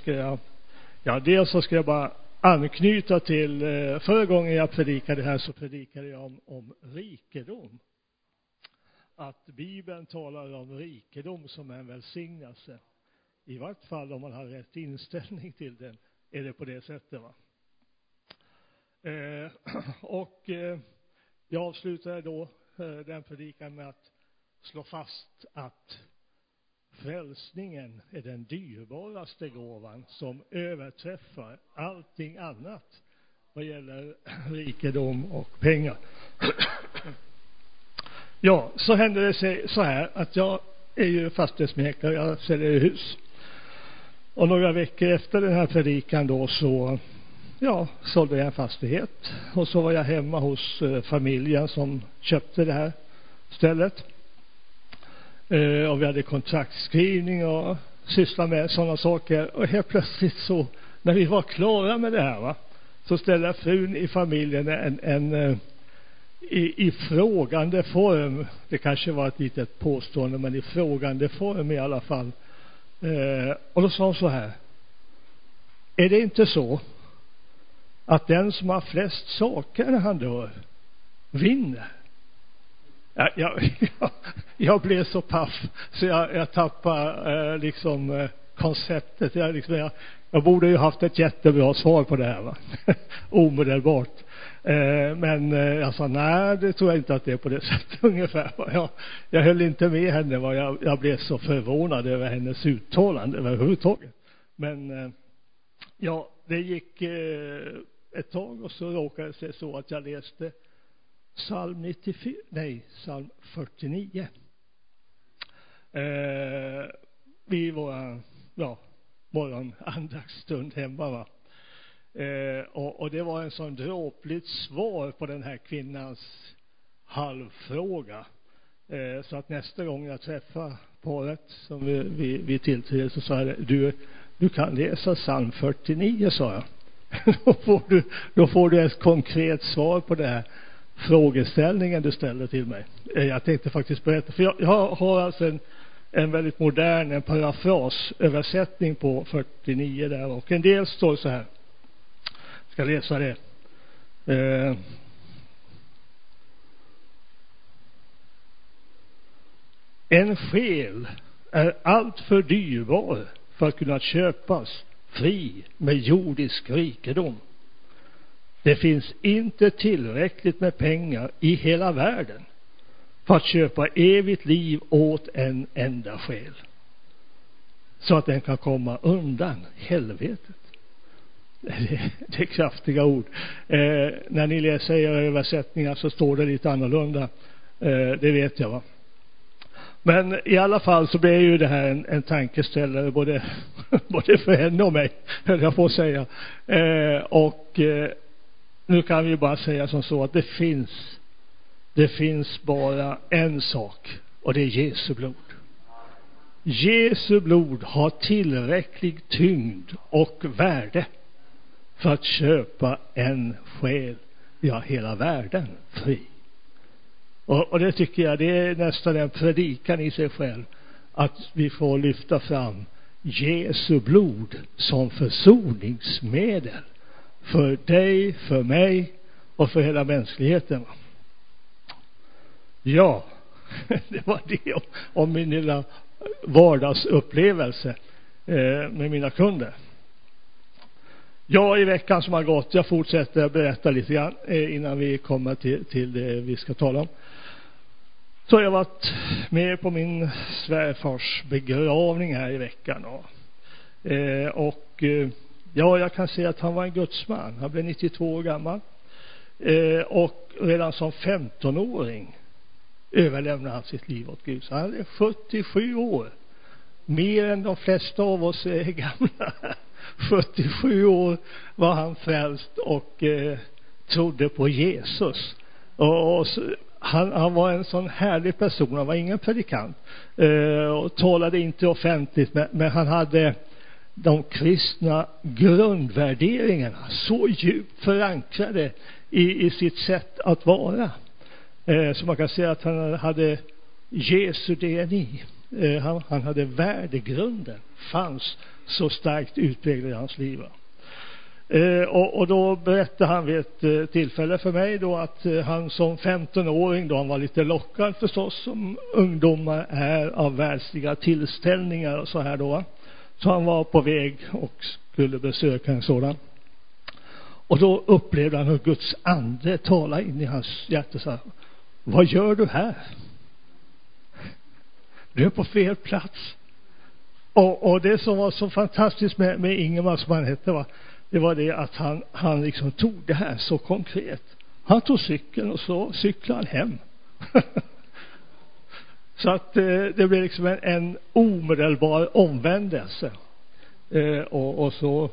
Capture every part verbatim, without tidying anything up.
ska jag, ja dels så ska jag bara anknyta till, eh, förra gången jag predikade här så predikade jag om, om rikedom. Att Bibeln talar om rikedom som en välsignelse. I vart fall om man har rätt inställning till den är det på det sättet, va. Eh, och eh, jag avslutade då eh, den predikan med att slå fast att frälsningen är den dyrbaraste gåvan som överträffar allting annat vad gäller rikedom och pengar. Ja, så hände det sig så här att jag är ju fastighetsmäklare, jag säljer hus. Och några veckor efter den här predikan då så ja, sålde jag en fastighet. Och så var jag hemma hos eh, familjen som köpte det här stället. Eh, och vi hade kontraktskrivning och syssla med sådana saker. Och helt plötsligt så, när vi var klara med det här, va, så ställde frun i familjen en, en eh, i, i frågande form. Det kanske var ett litet påstående, men i frågande form i alla fall. Eh, och då sa hon så här: är det inte så att den som har flest saker när han dör vinner? Ja, jag, jag, jag blev så paff så jag, jag tappade eh, liksom eh, konceptet. Jag, liksom, jag, jag borde ju haft ett jättebra svar på det här, va? Omedelbart. Eh, men eh, jag sa nej, det tror jag inte att det är på det sättet ungefär. Jag, jag höll inte med henne, va? Jag, jag blev så förvånad över hennes uttalande överhuvudtaget. Men eh, ja, det gick eh, ett tag och så råkade det sig så att jag läste psalm nittiofyra, nej, psalm fyrtionio. Eh, vid våra, ja, morgonandaktsstund hemma, va. Eh, och, och det var en sån dråpligt svar på den här kvinnans halvfråga. Eh, så att nästa gång jag träffar paret som vi, vi, vi tillträdde så sa jag, du, du kan läsa psalm fyrtionio, sa jag. då, får du, då får du ett konkret svar på det här frågeställningen du ställde till mig. Jag tänkte faktiskt berätta, för jag, jag har alltså en, en väldigt modern, en parafras översättning på fyrtionio där, och en del står så här. Jag ska läsa det. Eh, en själ är allt för dyrbar för att kunna köpas fri med jordisk rikedom. Det finns inte tillräckligt med pengar i hela världen för att köpa evigt liv åt en enda själ, så att den kan komma undan helvetet. Det är, det är kraftiga ord. Eh, när ni läser era översättningar så står det lite annorlunda. Eh, det vet jag, va. Men i alla fall så blir ju det här en, en tankeställare både, både för henne och mig, höll jag på att säga. Eh, och eh, nu kan vi bara säga som så att det finns det finns bara en sak, och det är Jesu blod. Jesu blod har tillräcklig tyngd och värde för att köpa en själ, ja, hela världen fri. Och, och det tycker jag, det är nästan en predikan i sig själv, att vi får lyfta fram Jesu blod som försoningsmedel för dig, för mig och för hela mänskligheten. Ja, det var det om, om min lilla vardagsupplevelse eh, med mina kunder. Ja, i veckan som har gått, jag fortsätter berätta lite grann eh, innan vi kommer till, till det vi ska tala om. Så har jag varit med på min svärfars begravning här i veckan. Och, eh, och eh, ja, jag kan säga att han var en gudsman. Han blev nittiotvå år gammal. Eh, och redan som femtonåring överlämnade han sitt liv åt Gud. Så han är sjuttiosju år. Mer än de flesta av oss är gamla. sjuttiosju år var han frälst och eh, trodde på Jesus. Och, och så, han, han var en sån härlig person. Han var ingen predikant. Eh, och talade inte offentligt. Men, men han hade de kristna grundvärderingarna så djupt förankrade i, i sitt sätt att vara. Eh, så man kan säga att han hade Jesu D N I. Eh, han, han hade värdegrunden, fanns så starkt utpräglad i hans liv. Eh, och, och då berättade han vid ett eh, tillfälle för mig då att eh, han som femtonåring, då han var lite lockad förstås som ungdomar är av världsliga tillställningar och så här då. Så han var på väg och skulle besöka en sådan. Och då upplevde han hur Guds ande talade in i hans hjärta och sa: vad gör du här? Du är på fel plats. Och, och det som var så fantastiskt med, med Ingemar, som han hette, va, det var det att han, han liksom tog det här så konkret. Han tog cykeln och så cyklade han hem. Så att eh, det blev liksom en, en omedelbar omvändelse. Eh, och, och så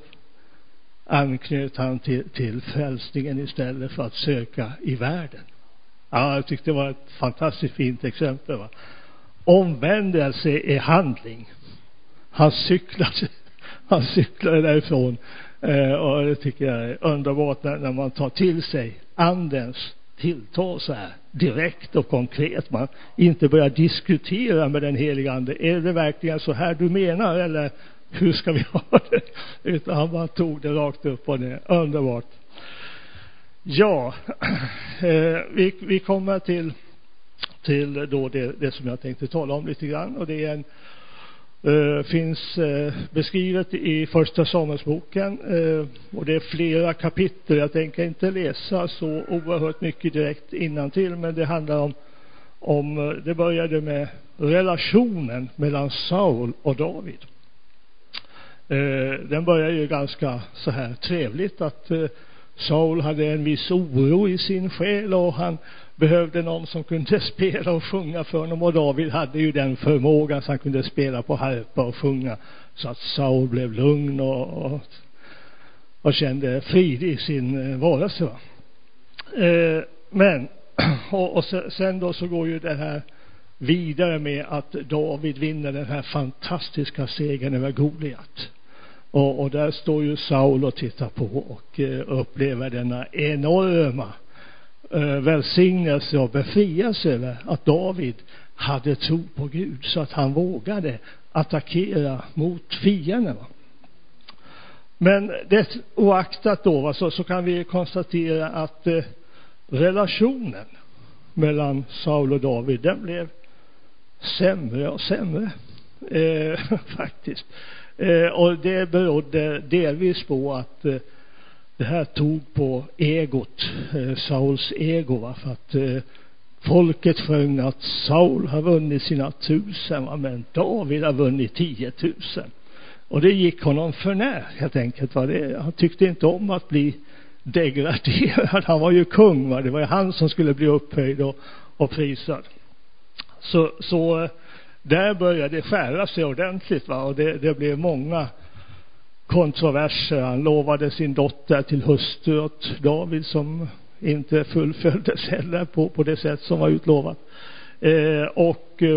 anknöt han till, till frälsningen istället för att söka i världen. Ja, jag tyckte det var ett fantastiskt fint exempel, va. Omvändelse är handling. Han cyklade, han cyklade därifrån. Eh, och det tycker jag är underbart när, när man tar till sig andens tilltal så här direkt och konkret. Man inte börjar diskutera med den heliga ande. Är det verkligen så här du menar, eller hur ska vi ha det? Utan han bara tog det rakt upp och ner. Underbart. Ja, eh, vi, vi kommer till till då det, det som jag tänkte tala om lite grann, och det är en Uh, finns uh, beskrivet i första Samuelsboken, uh, och det är flera kapitel. Jag tänker inte läsa så oerhört mycket direkt innantill, men det handlar om, om uh, det började med relationen mellan Saul och David. Uh, den börjar ju ganska så här trevligt, att uh, Saul hade en viss oro i sin själ och han behövde någon som kunde spela och sjunga för honom, och David hade ju den förmågan så han kunde spela på harpa och sjunga, så att Saul blev lugn och, och, och kände frid i sin varelse. Eh, men och, och sen då så går ju det här vidare med att David vinner den här fantastiska segern över Goliat. Och, och där står ju Saul och tittar på och eh, upplever denna enorma eh, välsignelse och befrielse över att David hade tro på Gud, så att han vågade attackera mot fienderna. Men det oaktat då, va, så, så kan vi konstatera att eh, relationen mellan Saul och David, den blev sämre och sämre eh, faktiskt. Eh, och det berodde delvis på att eh, det här tog på egot, eh, Sauls ego, va? För att eh, folket sjöng att Saul har vunnit sina tusen, va? Men David har vunnit tiotusen. Och det gick honom för när, helt enkelt. Va? Det, han tyckte inte om att bli degraderad. Han var ju kung, va? Det var ju han som skulle bli upphöjd och, och prisad. Så, så där började det skära sig ordentligt, va? Och det, det blev många kontroverser. Han lovade sin dotter till hustru åt David, som inte fullföljdes heller på, på det sätt som var utlovat. Eh, och eh,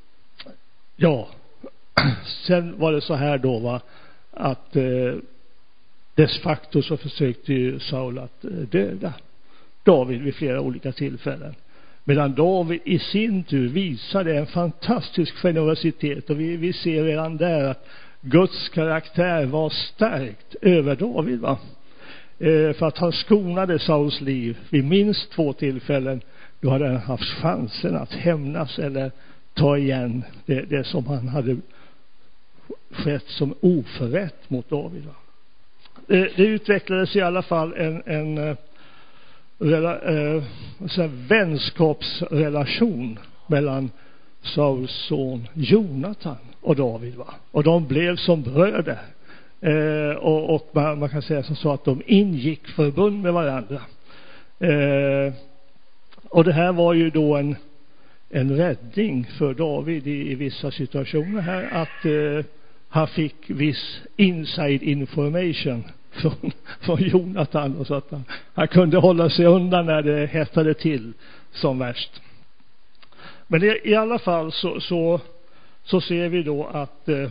ja, sen var det så här då, va, att eh, dess facto så försökte ju Saul att döda David vid flera olika tillfällen. Medan David i sin tur visade en fantastisk generositet, och vi, vi ser redan där att Guds karaktär var starkt över David, va? Eh, för att han skonade Sauls liv vid minst två tillfällen. Då hade han haft chansen att hämnas eller ta igen det, det som han hade skett som oförrätt mot David, va? Eh, det utvecklades i alla fall en, en Rela, eh, så vänskapsrelation mellan Sauls son Jonatan och David, va? Och de blev som bröder, eh, och, och man, man kan säga som så att de ingick förbund med varandra, eh, och det här var ju då en, en räddning för David i, i vissa situationer här, att eh, han fick viss inside information Från, från Jonatan, och så att han, han kunde hålla sig undan när det hettade till som värst. Men det, i alla fall så, så, så ser vi då att eh,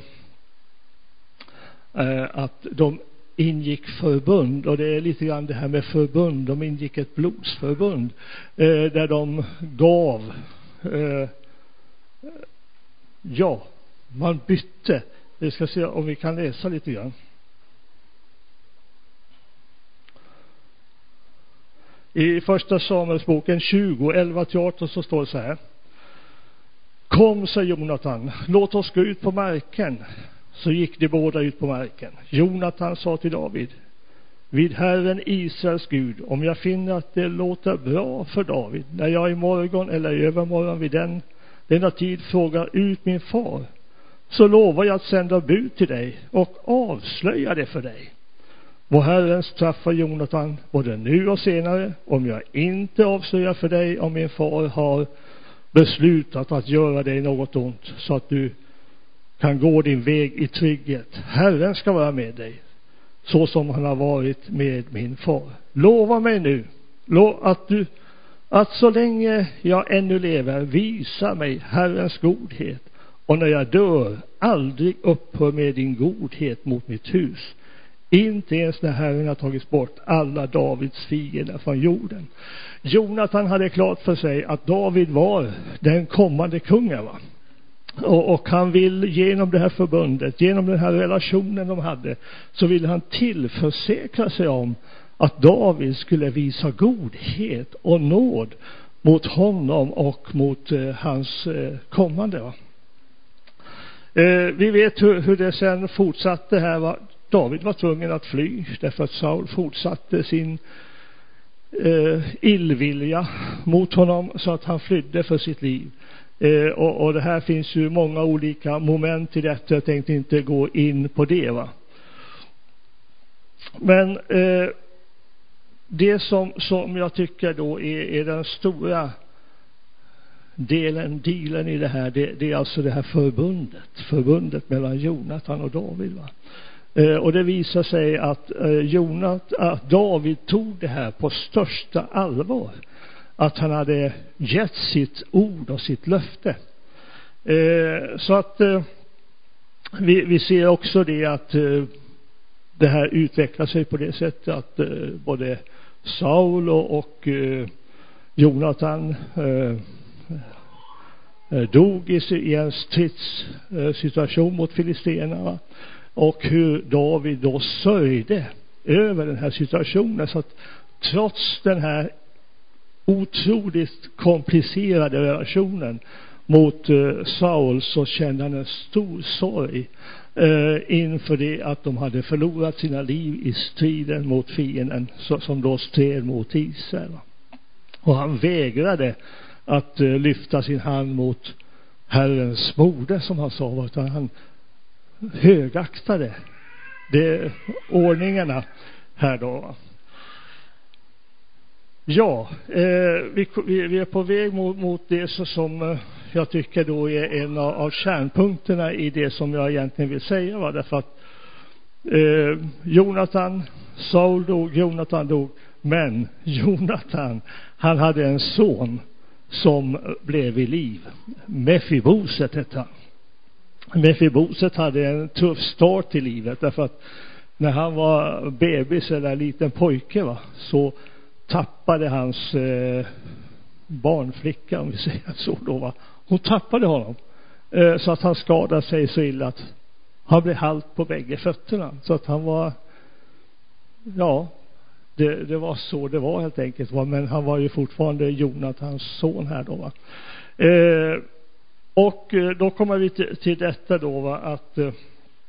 att de ingick förbund, och det är lite grann det här med förbund. De ingick ett blodsförbund eh, där de gav eh, Ja, man bytte. Vi ska se om vi kan läsa lite grann. I första Samuelsboken tjugo, elva till arton så står det så här. Kom, sa Jonatan, låt oss gå ut på marken. Så gick de båda ut på marken. Jonatan sa till David, vid Herren Israels Gud, om jag finner att det låter bra för David, när jag imorgon eller övermorgon vid den, denna tid frågar ut min far, så lovar jag att sända bud till dig och avslöja det för dig. Må Herren straffa Jonatan både nu och senare, om jag inte avslöjar för dig om min far har beslutat att göra dig något ont, så att du kan gå din väg i trygghet. Herren ska vara med dig, så som han har varit med min far. Lova mig nu att du att så länge jag ännu lever visa mig Herrens godhet, och när jag dör aldrig upphör med din godhet mot mitt hus, inte ens när Herren har tagit bort alla Davids fiender från jorden. Jonatan hade klart för sig att David var den kommande kungen, va? Och, och han vill genom det här förbundet, genom den här relationen de hade, så vill han tillförsäkra sig om att David skulle visa godhet och nåd mot honom och mot eh, hans eh, kommande, va? Eh, vi vet hur, hur det sen fortsatte här, va? David var tvungen att fly därför att Saul fortsatte sin eh, illvilja mot honom, så att han flydde för sitt liv. Eh, och, och det här finns ju många olika moment i detta. Jag tänkte inte gå in på det, va. Men eh, det som, som jag tycker då är, är den stora delen, dealen i det här, det, det är alltså det här förbundet. Förbundet mellan Jonatan och David, va. Eh, och det visar sig att, eh, Jonat, att David tog det här på största allvar. Att han hade gett sitt ord och sitt löfte. Eh, så att eh, vi, vi ser också det att eh, det här utvecklar sig på det sättet att eh, både Saul och, och eh, Jonatan eh, dog i, i en stridssituation eh, mot filisterna. Och hur David då sörjde över den här situationen, så att trots den här otroligt komplicerade relationen mot uh, Saul, så kände han en stor sorg uh, inför det att de hade förlorat sina liv i striden mot fienden, så, som då stred mot Israel. Och han vägrade att uh, lyfta sin hand mot Herrens moder, som han sa, utan han högaktade de ordningarna här då. Ja, eh, vi, vi är på väg mot, mot det så som eh, jag tycker då är en av, av kärnpunkterna i det som jag egentligen vill säga, va? Därför att eh, Jonatan, Saul dog, Jonatan dog, men Jonatan, han hade en son som blev vid liv. Mefiboset hette han. Mefiboset hade en tuff start i livet, därför att när han var bebis eller liten pojke, va, så tappade hans eh, barnflicka, om vi säger så då, va. Hon tappade honom eh, så att han skadade sig så illa att han blev halt på bägge fötterna, så att han var, ja, det, det var så det var helt enkelt, va. Men han var ju fortfarande Jonathans son här då, va. Eh, och då kommer vi till, till detta då, va, att eh,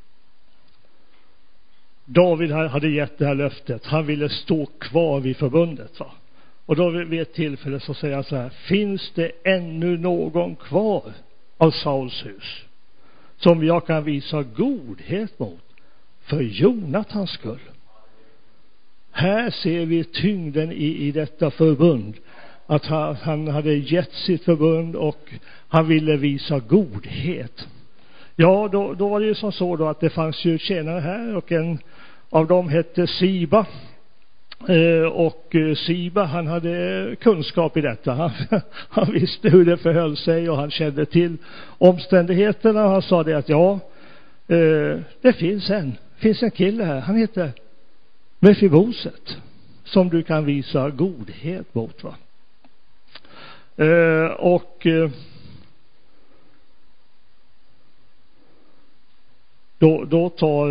David hade gett det här löftet. Han ville stå kvar vid förbundet, va. Och då vid ett tillfälle så säger han så här: finns det ännu någon kvar av Sauls hus som jag kan visa godhet mot för Jonathans skull? Här ser vi tyngden i, i detta förbund. Att han, han hade gett sitt förbund och han ville visa godhet. Ja, då, då var det ju som så då att det fanns ju tjänare här, och en av dem hette Siba. Eh, och Siba, han hade kunskap i detta. Han, han visste hur det förhöll sig och han kände till omständigheterna. Och han sa det att ja, eh, det finns en, finns en kille här. Han heter Mefiboset som du kan visa godhet mot, va. Eh, och eh, då, då tar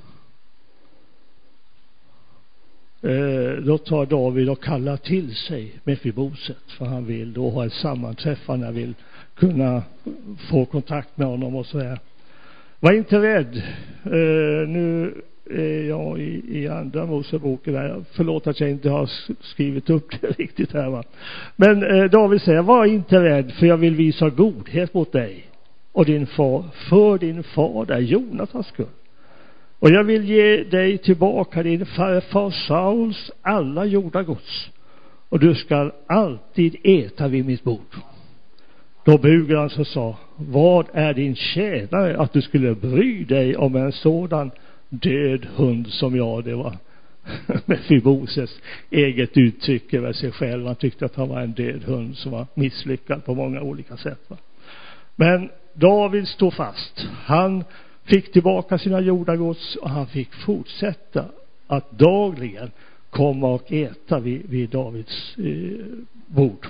eh, då tar David och kallar till sig Mefiboset, för han vill då ha ett sammanträffande, han vill kunna få kontakt med honom och så här. Var inte rädd. Eh, nu är jag i, i andra Moseboken där. Förlåt att jag inte har skrivit upp det riktigt här, va. Men eh, David säger, var inte rädd, för jag vill visa godhet mot dig och din far, för din fader Jonatas skull. Och jag vill ge dig tillbaka din farfar Sauls alla jordagods, och du ska alltid äta vid mitt bord. Då bugade han och sa, vad är din tjänare att du skulle bry dig om en sådan död hund som jag? Det var Mefibosets eget uttryck över sig själv. Han tyckte att han var en död hund som var misslyckad på många olika sätt, va? Men David stod fast. Han fick tillbaka sina jordagods och han fick fortsätta att dagligen komma och äta vid, vid Davids eh, bord.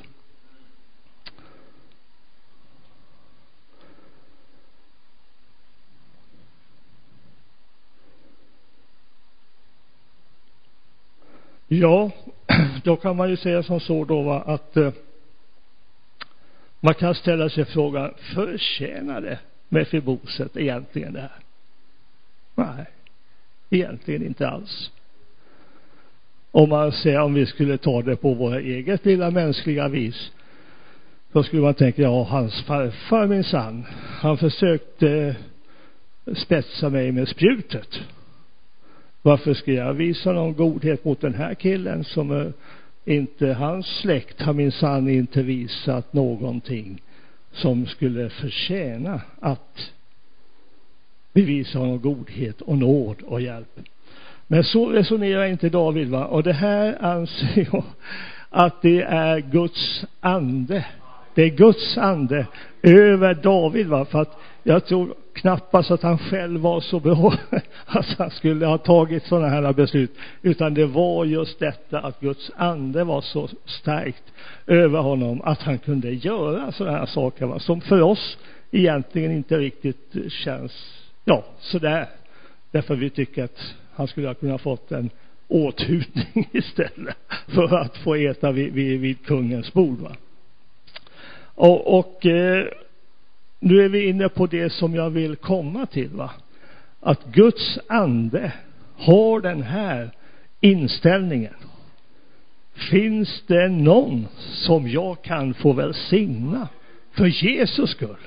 Ja, då kan man ju säga som så då, va, att eh, man kan ställa sig frågan, förtjänade Mefiboset egentligen det här? Nej, egentligen inte alls. Om man säger, om vi skulle ta det på våra eget lilla mänskliga vis, då skulle man tänka, ja, hans farfar minsann, han försökte spetsa mig med spjutet. Varför ska jag visa någon godhet mot den här killen som uh, inte, hans släkt har minsann inte visat någonting som skulle förtjäna att bevisa honom godhet och nåd och hjälp. Men så resonerar inte David, va? Och det här anser jag att det är Guds ande. Det är Guds ande över David, va? För att jag tror knappast att han själv var så bra att han skulle ha tagit sådana här beslut, utan det var just detta att Guds ande var så starkt över honom att han kunde göra sådana här saker, va? Som för oss egentligen inte riktigt känns, ja, sådär. Därför vi tycker att han skulle ha kunnat fått en åthutning istället för att få äta vid, vid, vid kungens bord, va? Och, och eh, nu är vi inne på det som jag vill komma till, va? Att Guds ande har den här inställningen. Finns det någon som jag kan få välsigna för Jesus skull?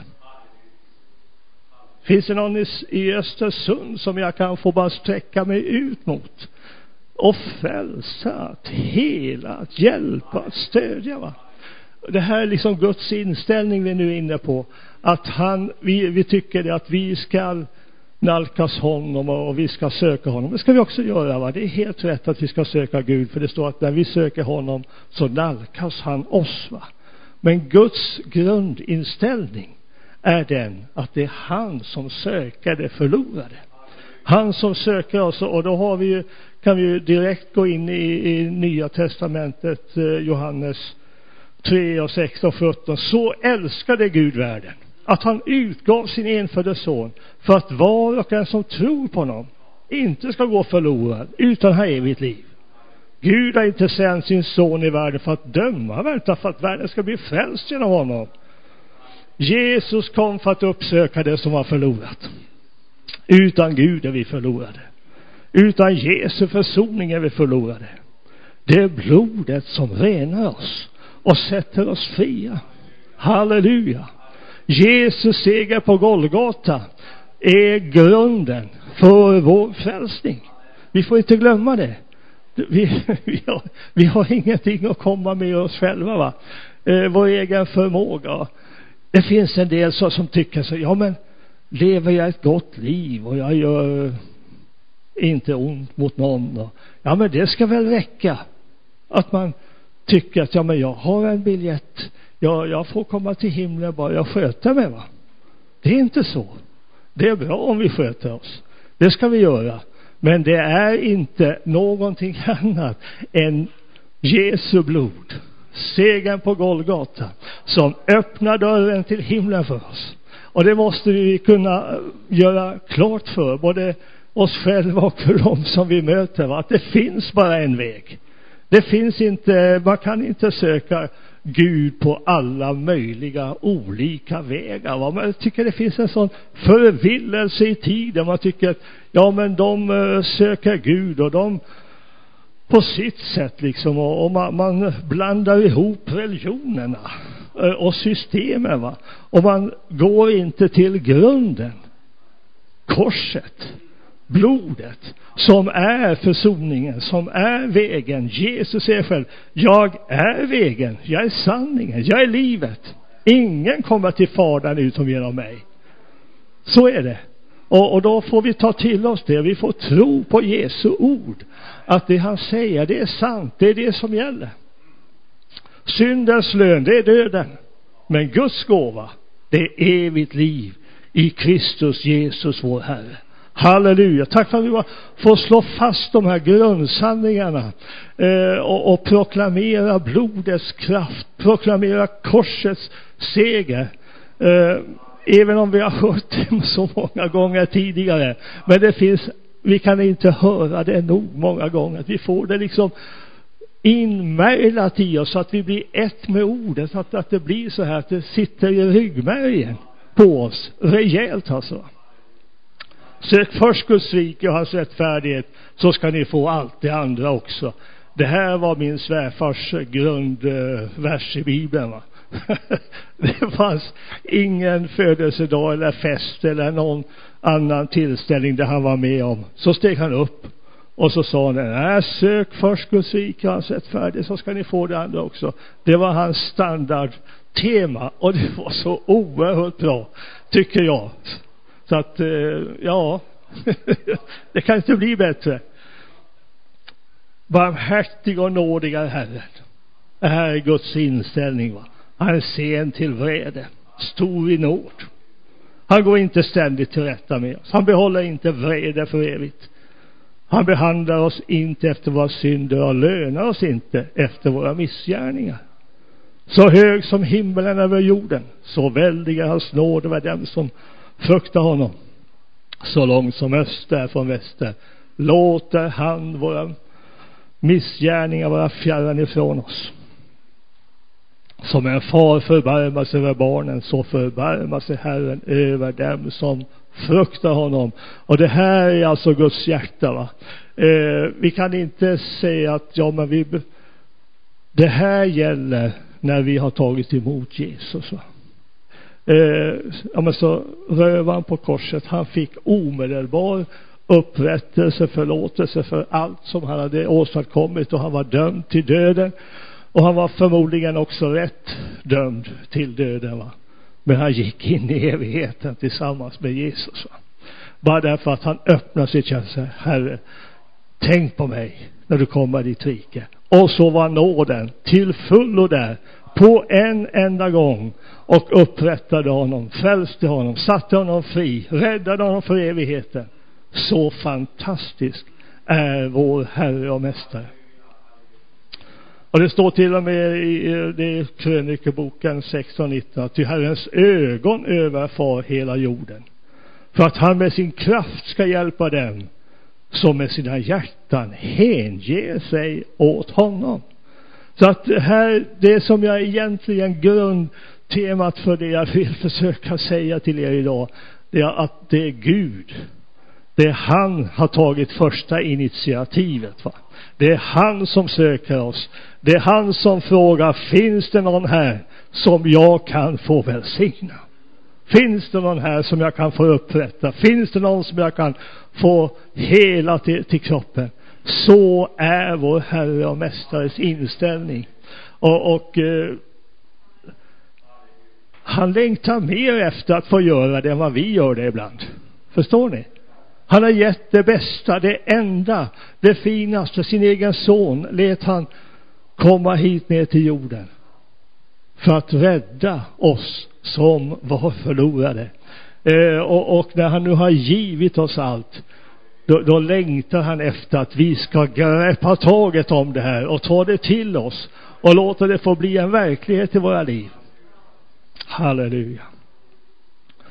Finns det någon i, i Östersund som jag kan få bara sträcka mig ut mot och frälsa, att hela, att hjälpa, att stödja, va? Det här är liksom Guds inställning vi nu är inne på. Att han, vi, vi tycker det att vi ska nalkas honom och vi ska söka honom. Det ska vi också göra, va? Det är helt rätt att vi ska söka Gud. För det står att när vi söker honom så nalkas han oss, va? Men Guds grundinställning är den att det är han som söker det förlorade. Han som söker oss, och då har vi ju, kan vi ju direkt gå in i, i Nya Testamentet, eh, Johannes tre och sex och sjutton. Så älskade Gud världen att han utgav sin enfödde son för att var och en som tror på honom inte ska gå förlorad utan ha evigt liv. Gud har inte sänt sin son i världen för att döma världen, för att världen ska bli frälst genom honom. Jesus kom för att uppsöka det som var förlorat. Utan Gud är vi förlorade. Utan Jesu försoning är vi förlorade. Det är blodet som renar oss och sätter oss fria. Halleluja. Jesus seger på Golgata är grunden för vår frälsning. Vi får inte glömma det. Vi, vi, har, vi har ingenting att komma med oss själva, va? Eh, vår egen förmåga. Det finns en del så som tycker så, ja men lever jag ett gott liv och jag gör inte ont mot någon. Och, ja men det ska väl räcka. Att man tycker att ja men jag har en biljett. Jag, jag får komma till himlen bara jag sköter mig, va? Det är inte så. Det är bra om vi sköter oss. Det ska vi göra. Men det är inte någonting annat än Jesu blod, segern på Golgata, som öppnar dörren till himlen för oss. Och det måste vi kunna göra klart för både oss själva och för dem som vi möter, va? Att det finns bara en väg. Det finns inte, man kan inte söka Gud på alla möjliga olika vägar, va? Man tycker det finns en sån förvillelse i tiden. Man tycker att ja, men de uh, söker Gud och de på sitt sätt liksom, och, och man, man blandar ihop religionerna uh, och systemen, va? Och man går inte till grunden, korset, blodet, som är försoningen, som är vägen. Jesus säger själv, jag är vägen, jag är sanningen, jag är livet. Ingen kommer till Fadern utom genom mig. Så är det. Och, och då får vi ta till oss det. Vi får tro på Jesu ord. Att det han säger, det är sant. Det är det som gäller. Syndens lön, det är döden. Men Guds gåva, det är evigt liv i Kristus Jesus vår Herre. Halleluja. Tack för att vi får slå fast de här grundsanningarna eh, och, och proklamera blodets kraft, proklamera korsets seger. Eh, även om vi har hört det så många gånger tidigare. Men det finns, vi kan inte höra det nog många gånger. Vi får det liksom inmärlat i oss så att vi blir ett med ordet. Så att, att det blir så här att det sitter i ryggmärgen på oss. Rejält alltså. Sök först Guds rike och hans rättfärdighet, så ska ni få allt det andra också. Det här var min svärfars grundvers i Bibeln, va? Det fanns ingen födelsedag eller fest eller någon annan tillställning där han var med om. Så steg han upp och så sa han, nej, sök först Guds rike och hans rättfärdighet, så ska ni få det andra också. Det var hans standardtema och det var så oerhört bra, tycker jag. Så att, ja, det kan inte bli bättre. Barmhärtig och nådig är Herren. Det här är Guds inställning, va? Han är sen till vrede, stor i nåd. Han går inte ständigt till rätta med oss. Han behåller inte vrede för evigt. Han behandlar oss inte efter våra synder och lönar oss inte efter våra missgärningar. Så hög som himmelen över jorden, så väldig är hans nåd över dem som fruktar honom. Så långt som öster är från väster, låter han våra missgärningar vara fjärran ifrån oss. Som en far förbarmar sig över barnen, så förbarmar sig Herren över dem som fruktar honom. Och det här är alltså Guds hjärta, va? Eh, vi kan inte säga att ja, men vi det här gäller när vi har tagit emot Jesus, va? Eh, ja, men så rövaren på korset, han fick omedelbar upprättelse, förlåtelse för allt som han hade åstadkommit, och han var dömd till döden, och han var förmodligen också rätt dömd till döden, va? Men han gick in i evigheten tillsammans med Jesus, va? Bara därför att han öppnade sitt hjärta. Herre, tänk på mig när du kommer ditt rike. Och så var nåden till fullo där på en enda gång och upprättade honom, frälste honom, satte honom fri, räddade honom för evigheten. Så fantastisk är vår Herre och Mästare. Och det står till och med i det krönikeboken sexton nitton att till Herrens ögon överfar hela jorden, för att han med sin kraft ska hjälpa dem som med sina hjärtan hänger sig åt honom. Så att här, det som jag egentligen grundtemat för det jag vill försöka säga till er idag, det är att det är Gud. Det är han har tagit första initiativet, va? Det är han som söker oss. Det är han som frågar, finns det någon här som jag kan få välsigna? Finns det någon här som jag kan få upprätta? Finns det någon som jag kan få hela till, till kroppen? Så är vår Herre och Mästares inställning. Och, och eh, han längtar mer efter att få göra det än vad vi gör det ibland. Förstår ni? Han har gett det bästa, det enda, det finaste, sin egen son lät han komma hit ner till jorden för att rädda oss som var förlorade. Eh, och, och när han nu har givit oss allt, då, då längtar han efter att vi ska greppa taget om det här och ta det till oss och låta det få bli en verklighet i våra liv. Halleluja.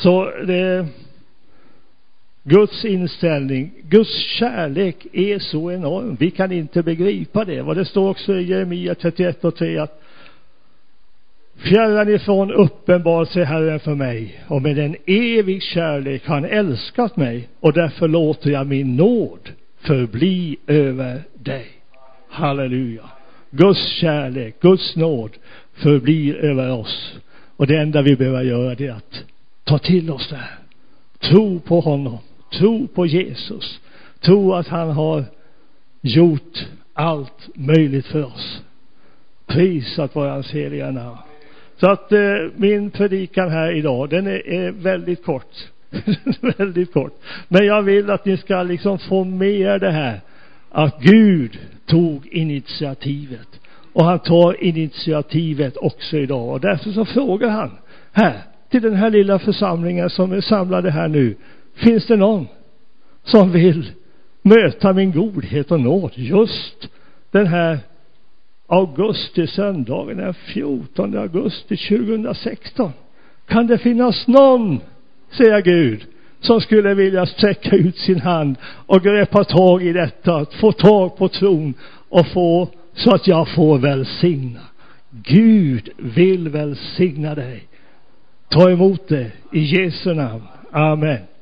Så det Guds inställning, Guds kärlek är så enorm. Vi kan inte begripa det. Vad det står också i Jeremia trettioett och tre att fjärran ifrån uppenbar sig Herren för mig, och med en evig kärlek har han älskat mig, och därför låter jag min nåd förbli över dig. Halleluja. Guds kärlek, Guds nåd förblir över oss. Och det enda vi behöver göra är att ta till oss det här. Tro på honom. Tro på Jesus. Tro att han har gjort allt möjligt för oss. Prisat vara hans heliga namn. Så att eh, min predikan här idag, den är, är väldigt kort. väldigt kort. Men jag vill att ni ska liksom få med det här. Att Gud tog initiativet. Och han tar initiativet också idag. Och därför så frågar han här till den här lilla församlingen som är samlade här nu. Finns det någon som vill möta min godhet och nåd just den här augusti söndagen, den fjortonde augusti tjugohundrasexton? Kan det finnas någon, säger Gud, som skulle vilja sträcka ut sin hand och greppa tag i detta, att få tag på tron och få så att jag får välsigna. Gud vill välsigna dig. Ta emot det i Jesu namn. Amen.